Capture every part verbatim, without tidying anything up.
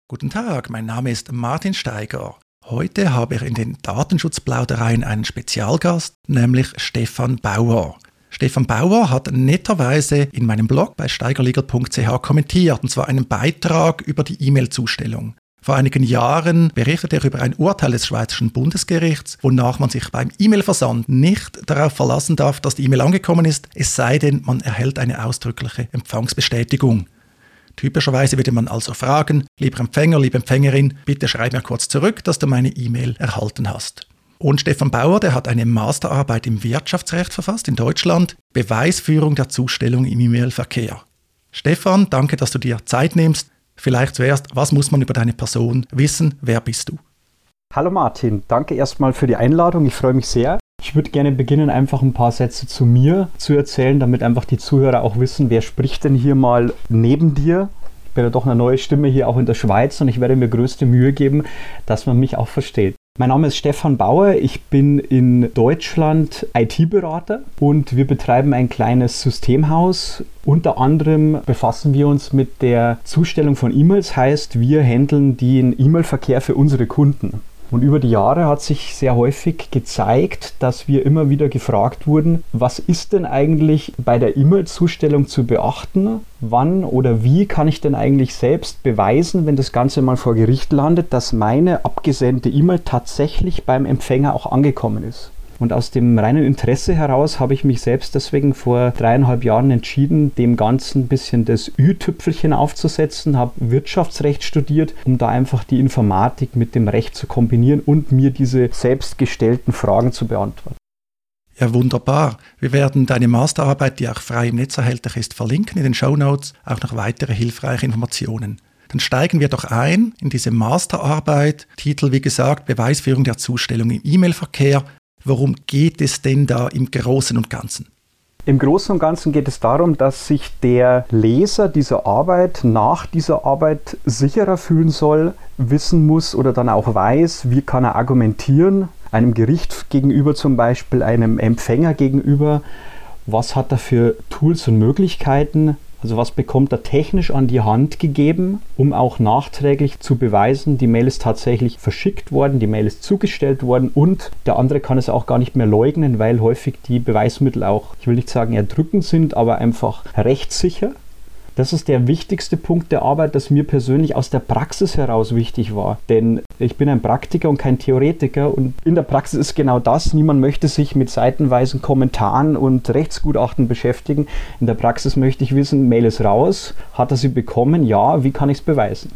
Guten Tag, mein Name ist Martin Steiger. Heute habe ich in den Datenschutzplaudereien einen Spezialgast, nämlich Stefan Bauer. Stefan Bauer hat netterweise in meinem Blog bei steigerlegal punkt c h kommentiert, und zwar einen Beitrag über die E-Mail-Zustellung. Vor einigen Jahren berichtete er über ein Urteil des Schweizerischen Bundesgerichts, wonach man sich beim E-Mail-Versand nicht darauf verlassen darf, dass die E-Mail angekommen ist, es sei denn, man erhält eine ausdrückliche Empfangsbestätigung. Typischerweise würde man also fragen, lieber Empfänger, liebe Empfängerin, bitte schreib mir kurz zurück, dass du meine E-Mail erhalten hast. Und Stefan Bauer, der hat eine Masterarbeit im Wirtschaftsrecht verfasst in Deutschland, Beweisführung der Zustellung im E-Mail-Verkehr. Stefan, danke, dass du dir Zeit nimmst. Vielleicht zuerst, was muss man über deine Person wissen? Wer bist du? Hallo Martin, danke erstmal für die Einladung, ich freue mich sehr. Ich würde gerne beginnen, einfach ein paar Sätze zu mir zu erzählen, damit einfach die Zuhörer auch wissen, wer spricht denn hier mal neben dir. Ich bin ja doch eine neue Stimme hier auch in der Schweiz und ich werde mir größte Mühe geben, dass man mich auch versteht. Mein Name ist Stefan Bauer, ich bin in Deutschland I T-Berater und wir betreiben ein kleines Systemhaus. Unter anderem befassen wir uns mit der Zustellung von E-Mails, heißt wir handeln den E-Mail-Verkehr für unsere Kunden. Und über die Jahre hat sich sehr häufig gezeigt, dass wir immer wieder gefragt wurden, was ist denn eigentlich bei der E-Mail-Zustellung zu beachten? Wann oder wie kann ich denn eigentlich selbst beweisen, wenn das Ganze mal vor Gericht landet, dass meine abgesendete E-Mail tatsächlich beim Empfänger auch angekommen ist? Und aus dem reinen Interesse heraus habe ich mich selbst deswegen vor dreieinhalb Jahren entschieden, dem Ganzen ein bisschen das Ü-Tüpfelchen aufzusetzen, habe Wirtschaftsrecht studiert, um da einfach die Informatik mit dem Recht zu kombinieren und mir diese selbst gestellten Fragen zu beantworten. Ja, wunderbar. Wir werden deine Masterarbeit, die auch frei im Netz erhältlich ist, verlinken in den Shownotes, auch noch weitere hilfreiche Informationen. Dann steigen wir doch ein in diese Masterarbeit. Titel, wie gesagt, Beweisführung der Zustellung im E-Mail-Verkehr. Worum geht es denn da im Großen und Ganzen? Im Großen und Ganzen geht es darum, dass sich der Leser dieser Arbeit nach dieser Arbeit sicherer fühlen soll, wissen muss oder dann auch weiß, wie kann er argumentieren, einem Gericht gegenüber zum Beispiel, einem Empfänger gegenüber, was hat er für Tools und Möglichkeiten, also was bekommt er technisch an die Hand gegeben, um auch nachträglich zu beweisen, die Mail ist tatsächlich verschickt worden, die Mail ist zugestellt worden und der andere kann es auch gar nicht mehr leugnen, weil häufig die Beweismittel auch, ich will nicht sagen erdrückend sind, aber einfach rechtssicher. Das ist der wichtigste Punkt der Arbeit, das mir persönlich aus der Praxis heraus wichtig war. Denn ich bin ein Praktiker und kein Theoretiker und in der Praxis ist genau das. Niemand möchte sich mit seitenweisen Kommentaren und Rechtsgutachten beschäftigen. In der Praxis möchte ich wissen, Mail ist raus, hat er sie bekommen? Ja, wie kann ich es beweisen?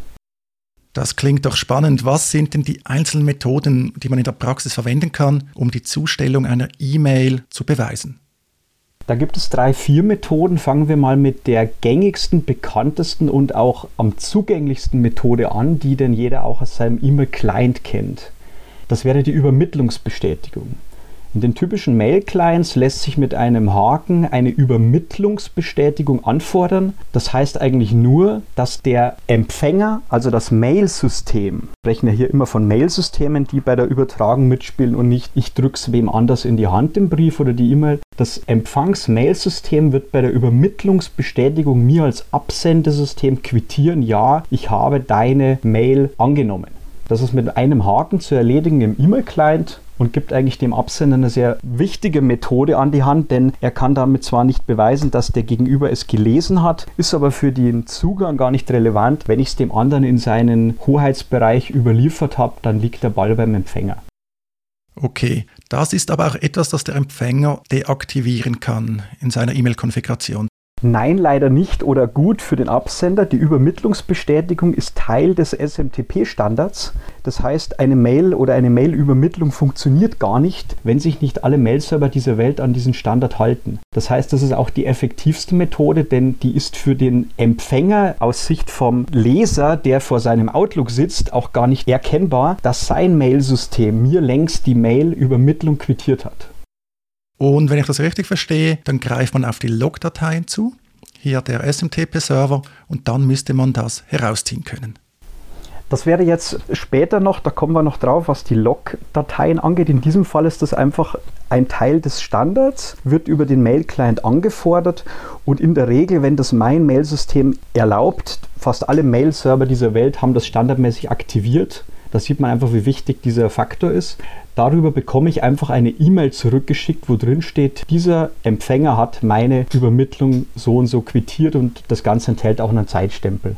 Das klingt doch spannend. Was sind denn die einzelnen Methoden, die man in der Praxis verwenden kann, um die Zustellung einer E-Mail zu beweisen? Da gibt es drei, vier Methoden. Fangen wir mal mit der gängigsten, bekanntesten und auch am zugänglichsten Methode an, die denn jeder auch aus seinem E-Mail-Client kennt. Das wäre die Übermittlungsbestätigung. In den typischen Mail-Clients lässt sich mit einem Haken eine Übermittlungsbestätigung anfordern. Das heißt eigentlich nur, dass der Empfänger, also das Mail-System, wir sprechen ja hier immer von Mail-Systemen, die bei der Übertragung mitspielen und nicht, ich drücke es wem anders in die Hand, den Brief oder die E-Mail. Das Empfangs-Mail-System wird bei der Übermittlungsbestätigung mir als Absendesystem quittieren, ja, ich habe deine Mail angenommen. Das ist mit einem Haken zu erledigen im E-Mail-Client und gibt eigentlich dem Absender eine sehr wichtige Methode an die Hand, denn er kann damit zwar nicht beweisen, dass der Gegenüber es gelesen hat, ist aber für den Zugang gar nicht relevant. Wenn ich es dem anderen in seinen Hoheitsbereich überliefert habe, dann liegt der Ball beim Empfänger. Okay, das ist aber auch etwas, das der Empfänger deaktivieren kann in seiner E-Mail-Konfiguration. Nein, leider nicht oder gut für den Absender. Die Übermittlungsbestätigung ist Teil des S M T P-Standards. Das heißt, eine Mail oder eine Mail-Übermittlung funktioniert gar nicht, wenn sich nicht alle Mail-Server dieser Welt an diesen Standard halten. Das heißt, das ist auch die effektivste Methode, denn die ist für den Empfänger aus Sicht vom Leser, der vor seinem Outlook sitzt, auch gar nicht erkennbar, dass sein Mail-System mir längst die Mail-Übermittlung quittiert hat. Und wenn ich das richtig verstehe, dann greift man auf die Logdateien zu, hier der S M T P-Server, und dann müsste man das herausziehen können. Das wäre jetzt später noch, da kommen wir noch drauf, was die Log-Dateien angeht. In diesem Fall ist das einfach ein Teil des Standards, wird über den Mail-Client angefordert und in der Regel, wenn das mein Mail-System erlaubt, fast alle Mail-Server dieser Welt haben das standardmäßig aktiviert. Da sieht man einfach, wie wichtig dieser Faktor ist. Darüber bekomme ich einfach eine E-Mail zurückgeschickt, wo drin steht, dieser Empfänger hat meine Übermittlung so und so quittiert und das Ganze enthält auch einen Zeitstempel.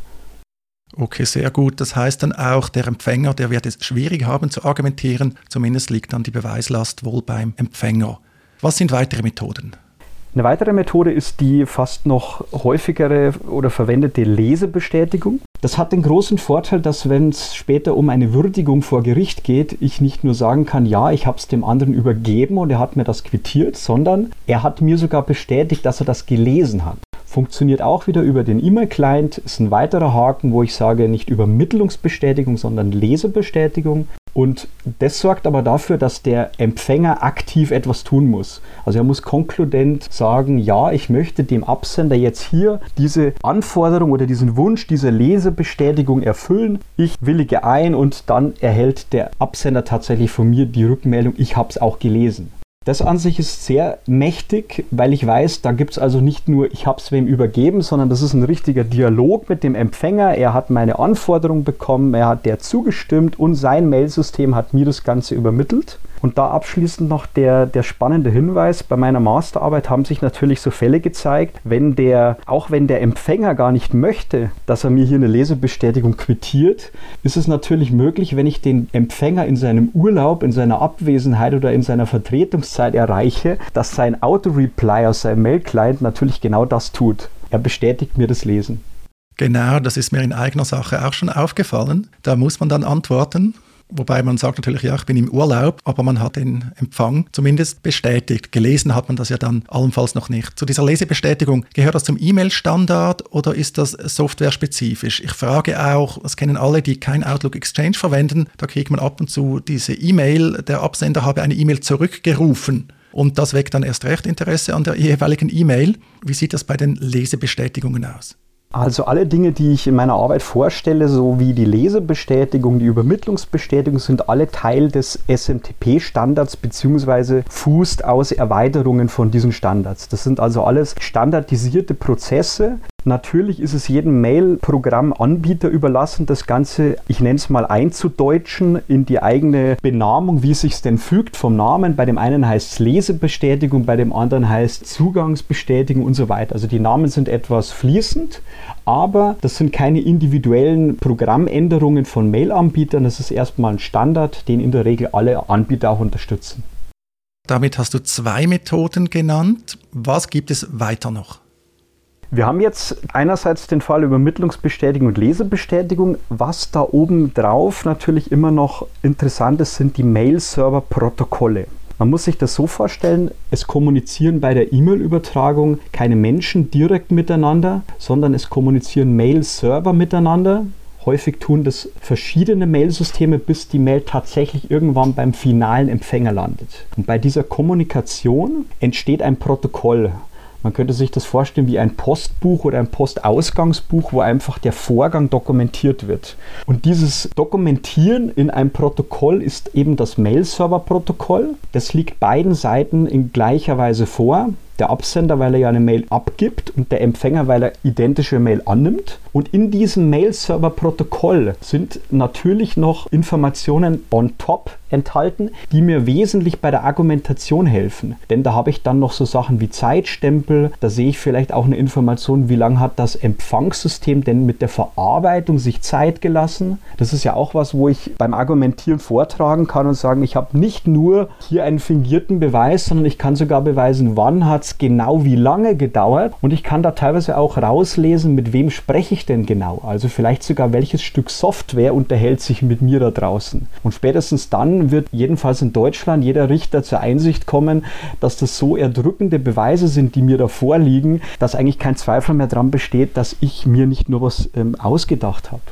Okay, sehr gut. Das heißt dann auch, der Empfänger, der wird es schwierig haben zu argumentieren. Zumindest liegt dann die Beweislast wohl beim Empfänger. Was sind weitere Methoden? Eine weitere Methode ist die fast noch häufigere oder verwendete Lesebestätigung. Das hat den großen Vorteil, dass wenn es später um eine Würdigung vor Gericht geht, ich nicht nur sagen kann, ja, ich habe es dem anderen übergeben und er hat mir das quittiert, sondern er hat mir sogar bestätigt, dass er das gelesen hat. Funktioniert auch wieder über den E-Mail-Client, ist ein weiterer Haken, wo ich sage, nicht Übermittlungsbestätigung, sondern Lesebestätigung. Und das sorgt aber dafür, dass der Empfänger aktiv etwas tun muss. Also er muss konkludent sagen, ja, ich möchte dem Absender jetzt hier diese Anforderung oder diesen Wunsch dieser Lesebestätigung erfüllen. Ich willige ein und dann erhält der Absender tatsächlich von mir die Rückmeldung, ich habe es auch gelesen. Das an sich ist sehr mächtig, weil ich weiß, da gibt es also nicht nur, ich habe es wem übergeben, sondern das ist ein richtiger Dialog mit dem Empfänger. Er hat meine Anforderung bekommen, er hat der zugestimmt und sein Mailsystem hat mir das Ganze übermittelt. Und da abschließend noch der, der spannende Hinweis, bei meiner Masterarbeit haben sich natürlich so Fälle gezeigt, wenn der, auch wenn der Empfänger gar nicht möchte, dass er mir hier eine Lesebestätigung quittiert, ist es natürlich möglich, wenn ich den Empfänger in seinem Urlaub, in seiner Abwesenheit oder in seiner Vertretungszeit erreiche, dass sein Auto-Reply aus seinem Mail-Client natürlich genau das tut. Er bestätigt mir das Lesen. Genau, das ist mir in eigener Sache auch schon aufgefallen. Da muss man dann antworten. Wobei man sagt natürlich, ja, ich bin im Urlaub, aber man hat den Empfang zumindest bestätigt. Gelesen hat man das ja dann allenfalls noch nicht. Zu dieser Lesebestätigung, gehört das zum E-Mail-Standard oder ist das softwarespezifisch? Ich frage auch, das kennen alle, die kein Outlook Exchange verwenden, da kriegt man ab und zu diese E-Mail, der Absender habe eine E-Mail zurückgerufen. Und das weckt dann erst recht Interesse an der jeweiligen E-Mail. Wie sieht das bei den Lesebestätigungen aus? Also alle Dinge, die ich in meiner Arbeit vorstelle, sowie die Lesebestätigung, die Übermittlungsbestätigung, sind alle Teil des S M T P-Standards bzw. fußt aus Erweiterungen von diesen Standards. Das sind also alles standardisierte Prozesse. Natürlich ist es jedem Mail-Programmanbieter überlassen, das Ganze, ich nenne es mal einzudeutschen, in die eigene Benamung, wie es sich denn fügt vom Namen. Bei dem einen heißt es Lesebestätigung, bei dem anderen heißt es Zugangsbestätigung und so weiter. Also die Namen sind etwas fließend, aber das sind keine individuellen Programmänderungen von Mail-Anbietern. Das ist erstmal ein Standard, den in der Regel alle Anbieter auch unterstützen. Damit hast du zwei Methoden genannt. Was gibt es weiter noch? Wir haben jetzt einerseits den Fall Übermittlungsbestätigung und Lesebestätigung. Was da oben drauf natürlich immer noch interessant ist, sind die Mail-Server-Protokolle. Man muss sich das so vorstellen, es kommunizieren bei der E-Mail-Übertragung keine Menschen direkt miteinander, sondern es kommunizieren Mail-Server miteinander. Häufig tun das verschiedene Mailsysteme, bis die Mail tatsächlich irgendwann beim finalen Empfänger landet. Und bei dieser Kommunikation entsteht ein Protokoll. Man könnte sich das vorstellen wie ein Postbuch oder ein Postausgangsbuch, wo einfach der Vorgang dokumentiert wird. Und dieses Dokumentieren in einem Protokoll ist eben das Mail-Server-Protokoll. Das liegt beiden Seiten in gleicher Weise vor. Der Absender, weil er ja eine Mail abgibt und der Empfänger, weil er identische Mail annimmt. Und in diesem Mail-Server-Protokoll sind natürlich noch Informationen on top enthalten, die mir wesentlich bei der Argumentation helfen. Denn da habe ich dann noch so Sachen wie Zeitstempel, da sehe ich vielleicht auch eine Information, wie lange hat das Empfangssystem denn mit der Verarbeitung sich Zeit gelassen. Das ist ja auch was, wo ich beim Argumentieren vortragen kann und sagen, ich habe nicht nur hier einen fingierten Beweis, sondern ich kann sogar beweisen, wann hat es genau wie lange gedauert und ich kann da teilweise auch rauslesen, mit wem spreche ich denn genau. Also vielleicht sogar, welches Stück Software unterhält sich mit mir da draußen. Und spätestens dann wird jedenfalls in Deutschland jeder Richter zur Einsicht kommen, dass das so erdrückende Beweise sind, die mir da vorliegen, dass eigentlich kein Zweifel mehr daran besteht, dass ich mir nicht nur was ähm, ausgedacht habe.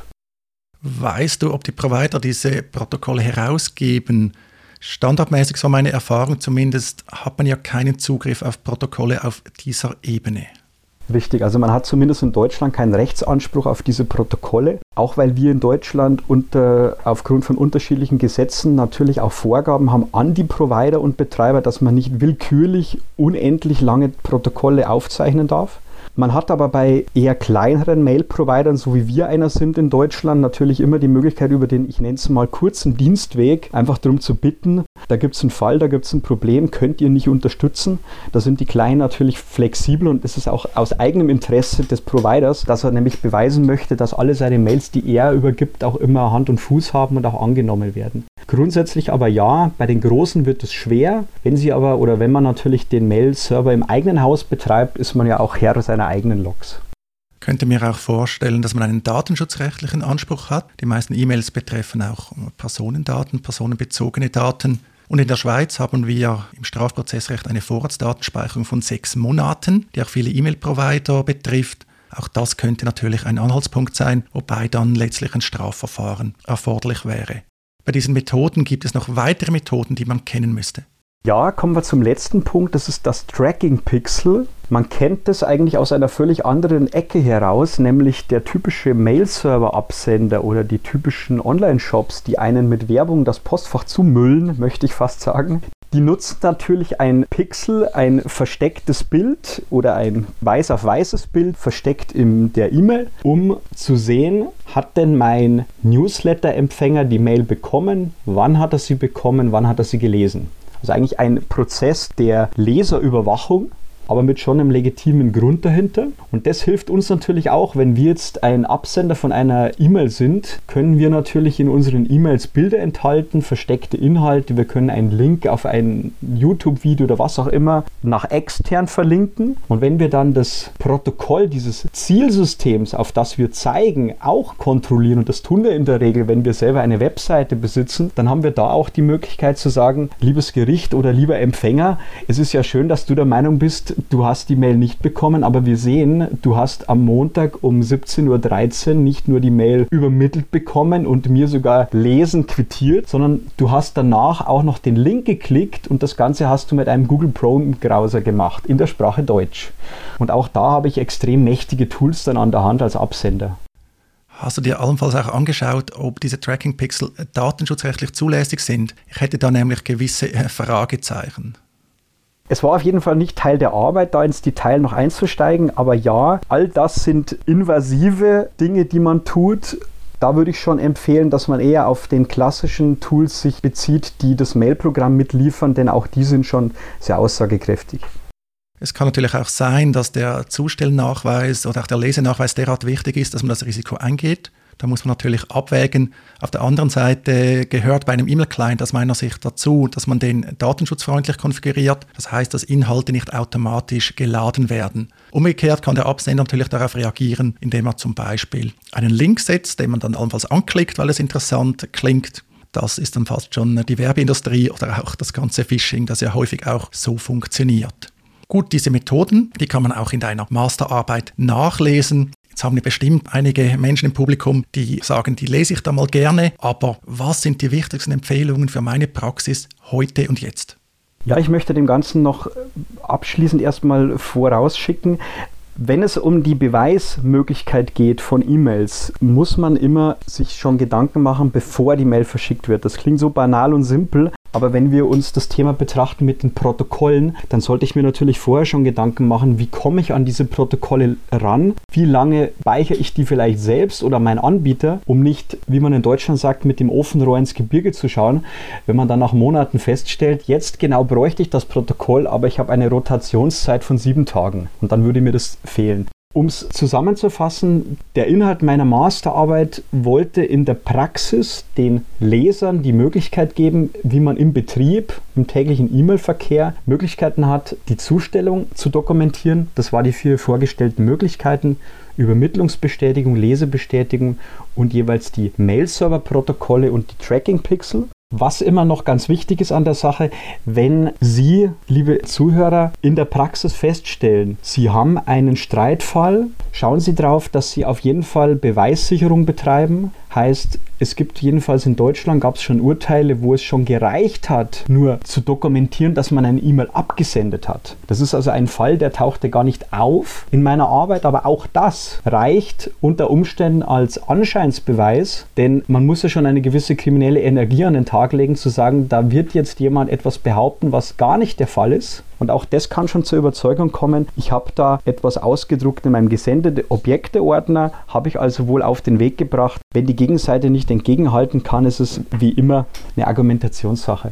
Weißt du, ob die Provider diese Protokolle herausgeben? Standardmäßig, so meine Erfahrung zumindest, hat man ja keinen Zugriff auf Protokolle auf dieser Ebene. Richtig, also man hat zumindest in Deutschland keinen Rechtsanspruch auf diese Protokolle, auch weil wir in Deutschland unter, aufgrund von unterschiedlichen Gesetzen natürlich auch Vorgaben haben an die Provider und Betreiber, dass man nicht willkürlich unendlich lange Protokolle aufzeichnen darf. Man hat aber bei eher kleineren Mail-Providern, so wie wir einer sind in Deutschland, natürlich immer die Möglichkeit, über den, ich nenne es mal, kurzen Dienstweg einfach darum zu bitten, da gibt es einen Fall, da gibt es ein Problem, könnt ihr nicht unterstützen. Da sind die Kleinen natürlich flexibel und es ist auch aus eigenem Interesse des Providers, dass er nämlich beweisen möchte, dass alle seine Mails, die er übergibt, auch immer Hand und Fuß haben und auch angenommen werden. Grundsätzlich aber ja, bei den Großen wird es schwer. Wenn sie aber oder wenn man natürlich den Mail-Server im eigenen Haus betreibt, ist man ja auch Herr seiner eigenen Logs. Ich könnte mir auch vorstellen, dass man einen datenschutzrechtlichen Anspruch hat. Die meisten E-Mails betreffen auch Personendaten, personenbezogene Daten. Und in der Schweiz haben wir im Strafprozessrecht eine Vorratsdatenspeicherung von sechs Monaten, die auch viele E-Mail-Provider betrifft. Auch das könnte natürlich ein Anhaltspunkt sein, wobei dann letztlich ein Strafverfahren erforderlich wäre. Bei diesen Methoden gibt es noch weitere Methoden, die man kennen müsste. Ja, kommen wir zum letzten Punkt, das ist das Tracking Pixel. Man kennt das eigentlich aus einer völlig anderen Ecke heraus, nämlich der typische Mail-Server-Absender oder die typischen Online-Shops, die einen mit Werbung das Postfach zumüllen, möchte ich fast sagen. Die nutzen natürlich ein Pixel, ein verstecktes Bild oder ein weiß auf weißes Bild versteckt in der E-Mail, um zu sehen, hat denn mein Newsletter-Empfänger die Mail bekommen, wann hat er sie bekommen, wann hat er sie gelesen. Also eigentlich ein Prozess der Leserüberwachung, aber mit schon einem legitimen Grund dahinter. Und das hilft uns natürlich auch, wenn wir jetzt ein Absender von einer E-Mail sind, können wir natürlich in unseren E-Mails Bilder enthalten, versteckte Inhalte. Wir können einen Link auf ein YouTube-Video oder was auch immer nach extern verlinken. Und wenn wir dann das Protokoll dieses Zielsystems, auf das wir zeigen, auch kontrollieren, und das tun wir in der Regel, wenn wir selber eine Webseite besitzen, dann haben wir da auch die Möglichkeit zu sagen, liebes Gericht oder lieber Empfänger, es ist ja schön, dass du der Meinung bist, du hast die Mail nicht bekommen, aber wir sehen, du hast am Montag um siebzehn Uhr dreizehn nicht nur die Mail übermittelt bekommen und mir sogar lesen quittiert, sondern du hast danach auch noch den Link geklickt und das Ganze hast du mit einem Google Chrome-Browser gemacht, in der Sprache Deutsch. Und auch da habe ich extrem mächtige Tools dann an der Hand als Absender. Hast du dir allenfalls auch angeschaut, ob diese Tracking-Pixel datenschutzrechtlich zulässig sind? Ich hätte da nämlich gewisse Fragezeichen. Es war auf jeden Fall nicht Teil der Arbeit, da ins Detail noch einzusteigen, aber ja, all das sind invasive Dinge, die man tut. Da würde ich schon empfehlen, dass man eher auf den klassischen Tools sich bezieht, die das Mailprogramm mitliefern, denn auch die sind schon sehr aussagekräftig. Es kann natürlich auch sein, dass der Zustellnachweis oder auch der Lesenachweis derart wichtig ist, dass man das Risiko eingeht. Da muss man natürlich abwägen. Auf der anderen Seite gehört bei einem E-Mail-Client aus meiner Sicht dazu, dass man den datenschutzfreundlich konfiguriert. Das heißt, dass Inhalte nicht automatisch geladen werden. Umgekehrt kann der Absender natürlich darauf reagieren, indem er zum Beispiel einen Link setzt, den man dann allenfalls anklickt, weil es interessant klingt. Das ist dann fast schon die Werbeindustrie oder auch das ganze Phishing, das ja häufig auch so funktioniert. Gut, diese Methoden, die kann man auch in deiner Masterarbeit nachlesen. Jetzt haben wir bestimmt einige Menschen im Publikum, die sagen, die lese ich da mal gerne, aber was sind die wichtigsten Empfehlungen für meine Praxis heute und jetzt? Ja, ich möchte dem Ganzen noch abschließend erstmal vorausschicken. Wenn es um die Beweismöglichkeit geht von E-Mails, muss man immer sich schon Gedanken machen, bevor die Mail verschickt wird. Das klingt so banal und simpel, aber wenn wir uns das Thema betrachten mit den Protokollen, dann sollte ich mir natürlich vorher schon Gedanken machen, wie komme ich an diese Protokolle ran? Wie lange speichere ich die vielleicht selbst oder mein Anbieter, um nicht, wie man in Deutschland sagt, mit dem Ofenrohr ins Gebirge zu schauen, wenn man dann nach Monaten feststellt, jetzt genau bräuchte ich das Protokoll, aber ich habe eine Rotationszeit von sieben Tagen und dann würde mir das fehlen. Um es zusammenzufassen, der Inhalt meiner Masterarbeit wollte in der Praxis den Lesern die Möglichkeit geben, wie man im Betrieb, im täglichen E-Mail-Verkehr Möglichkeiten hat, die Zustellung zu dokumentieren. Das waren die vier vorgestellten Möglichkeiten: Übermittlungsbestätigung, Lesebestätigung und jeweils die Mail-Server-Protokolle und die Tracking-Pixel. Was immer noch ganz wichtig ist an der Sache, wenn Sie, liebe Zuhörer, in der Praxis feststellen, Sie haben einen Streitfall, schauen Sie darauf, dass Sie auf jeden Fall Beweissicherung betreiben. Heißt, Es gibt jedenfalls in Deutschland, gab es schon Urteile, wo es schon gereicht hat, nur zu dokumentieren, dass man eine E-Mail abgesendet hat. Das ist also ein Fall, der tauchte gar nicht auf in meiner Arbeit, aber auch das reicht unter Umständen als Anscheinsbeweis, denn man muss ja schon eine gewisse kriminelle Energie an den Tag legen, zu sagen, da wird jetzt jemand etwas behaupten, was gar nicht der Fall ist. Und auch das kann schon zur Überzeugung kommen. Ich habe da etwas ausgedruckt in meinem gesendete Objekteordner, habe ich also wohl auf den Weg gebracht. Wenn die Gegenseite nicht entgegenhalten kann, ist es wie immer eine Argumentationssache.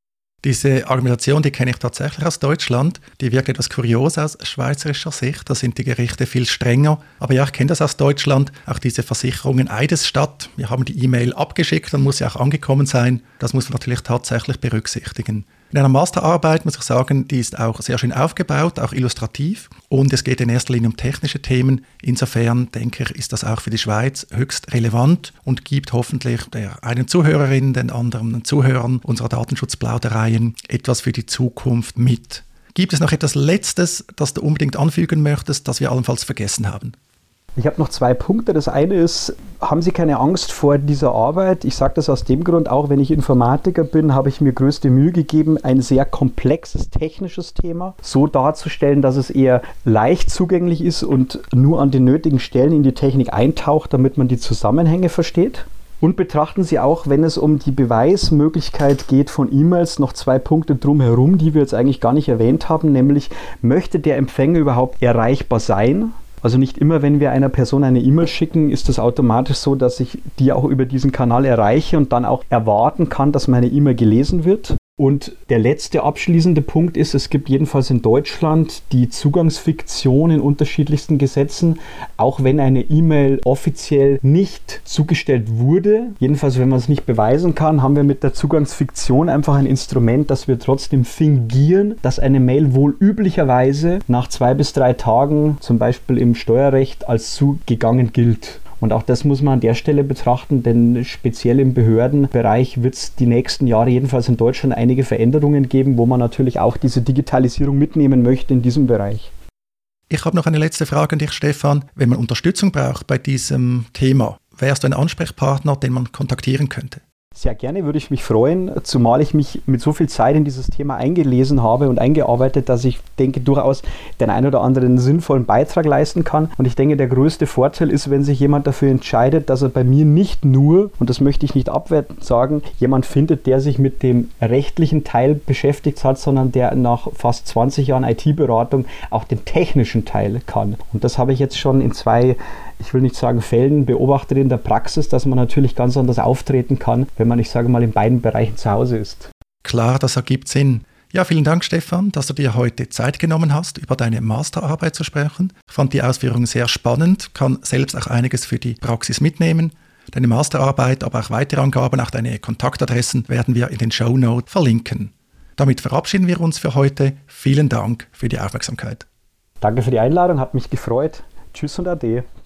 Diese Argumentation, die kenne ich tatsächlich aus Deutschland. Die wirkt etwas kurios aus schweizerischer Sicht. Da sind die Gerichte viel strenger. Aber ja, ich kenne das aus Deutschland. Auch diese Versicherungen Eidesstadt. Wir haben die E-Mail abgeschickt, dann muss sie auch angekommen sein. Das muss man natürlich tatsächlich berücksichtigen. In einer Masterarbeit muss ich sagen, die ist auch sehr schön aufgebaut, auch illustrativ. Und es geht in erster Linie um technische Themen. Insofern, denke ich, ist das auch für die Schweiz höchst relevant und gibt hoffentlich der einen Zuhörerin, den anderen Zuhörern unserer Datenschutzplaudereien etwas für die Zukunft mit. Gibt es noch etwas Letztes, das du unbedingt anfügen möchtest, das wir allenfalls vergessen haben? Ich habe noch zwei Punkte. Das eine ist, haben Sie keine Angst vor dieser Arbeit? Ich sage das aus dem Grund, auch wenn ich Informatiker bin, habe ich mir größte Mühe gegeben, ein sehr komplexes technisches Thema so darzustellen, dass es eher leicht zugänglich ist und nur an den nötigen Stellen in die Technik eintaucht, damit man die Zusammenhänge versteht. Und betrachten Sie auch, wenn es um die Beweismöglichkeit geht von E-Mails, noch zwei Punkte drumherum, die wir jetzt eigentlich gar nicht erwähnt haben, nämlich möchte der Empfänger überhaupt erreichbar sein? Also nicht immer, wenn wir einer Person eine E-Mail schicken, ist es automatisch so, dass ich die auch über diesen Kanal erreiche und dann auch erwarten kann, dass meine E-Mail gelesen wird. Und der letzte abschließende Punkt ist, es gibt jedenfalls in Deutschland die Zugangsfiktion in unterschiedlichsten Gesetzen, auch wenn eine E-Mail offiziell nicht zugestellt wurde. Jedenfalls, wenn man es nicht beweisen kann, haben wir mit der Zugangsfiktion einfach ein Instrument, dass wir trotzdem fingieren, dass eine Mail wohl üblicherweise nach zwei bis drei Tagen, zum Beispiel im Steuerrecht, als zugegangen gilt. Und auch das muss man an der Stelle betrachten, denn speziell im Behördenbereich wird es die nächsten Jahre, jedenfalls in Deutschland, einige Veränderungen geben, wo man natürlich auch diese Digitalisierung mitnehmen möchte in diesem Bereich. Ich habe noch eine letzte Frage an dich, Stefan. Wenn man Unterstützung braucht bei diesem Thema, wärst du ein Ansprechpartner, den man kontaktieren könnte? Sehr gerne, würde ich mich freuen, zumal ich mich mit so viel Zeit in dieses Thema eingelesen habe und eingearbeitet, dass ich denke, durchaus den einen oder anderen sinnvollen Beitrag leisten kann. Und ich denke, der größte Vorteil ist, wenn sich jemand dafür entscheidet, dass er bei mir nicht nur, und das möchte ich nicht abwertend sagen, jemand findet, der sich mit dem rechtlichen Teil beschäftigt hat, sondern der nach fast zwanzig Jahren I T-Beratung auch den technischen Teil kann. Und das habe ich jetzt schon in zwei, ich will nicht sagen Fällen, beobachtet in der Praxis, dass man natürlich ganz anders auftreten kann, wenn man, ich sage mal, in beiden Bereichen zu Hause ist. Klar, das ergibt Sinn. Ja, vielen Dank, Stefan, dass du dir heute Zeit genommen hast, über deine Masterarbeit zu sprechen. Ich fand die Ausführungen sehr spannend, kann selbst auch einiges für die Praxis mitnehmen. Deine Masterarbeit, aber auch weitere Angaben, auch deine Kontaktadressen werden wir in den Shownotes verlinken. Damit verabschieden wir uns für heute. Vielen Dank für die Aufmerksamkeit. Danke für die Einladung, hat mich gefreut. Tschüss und Ade.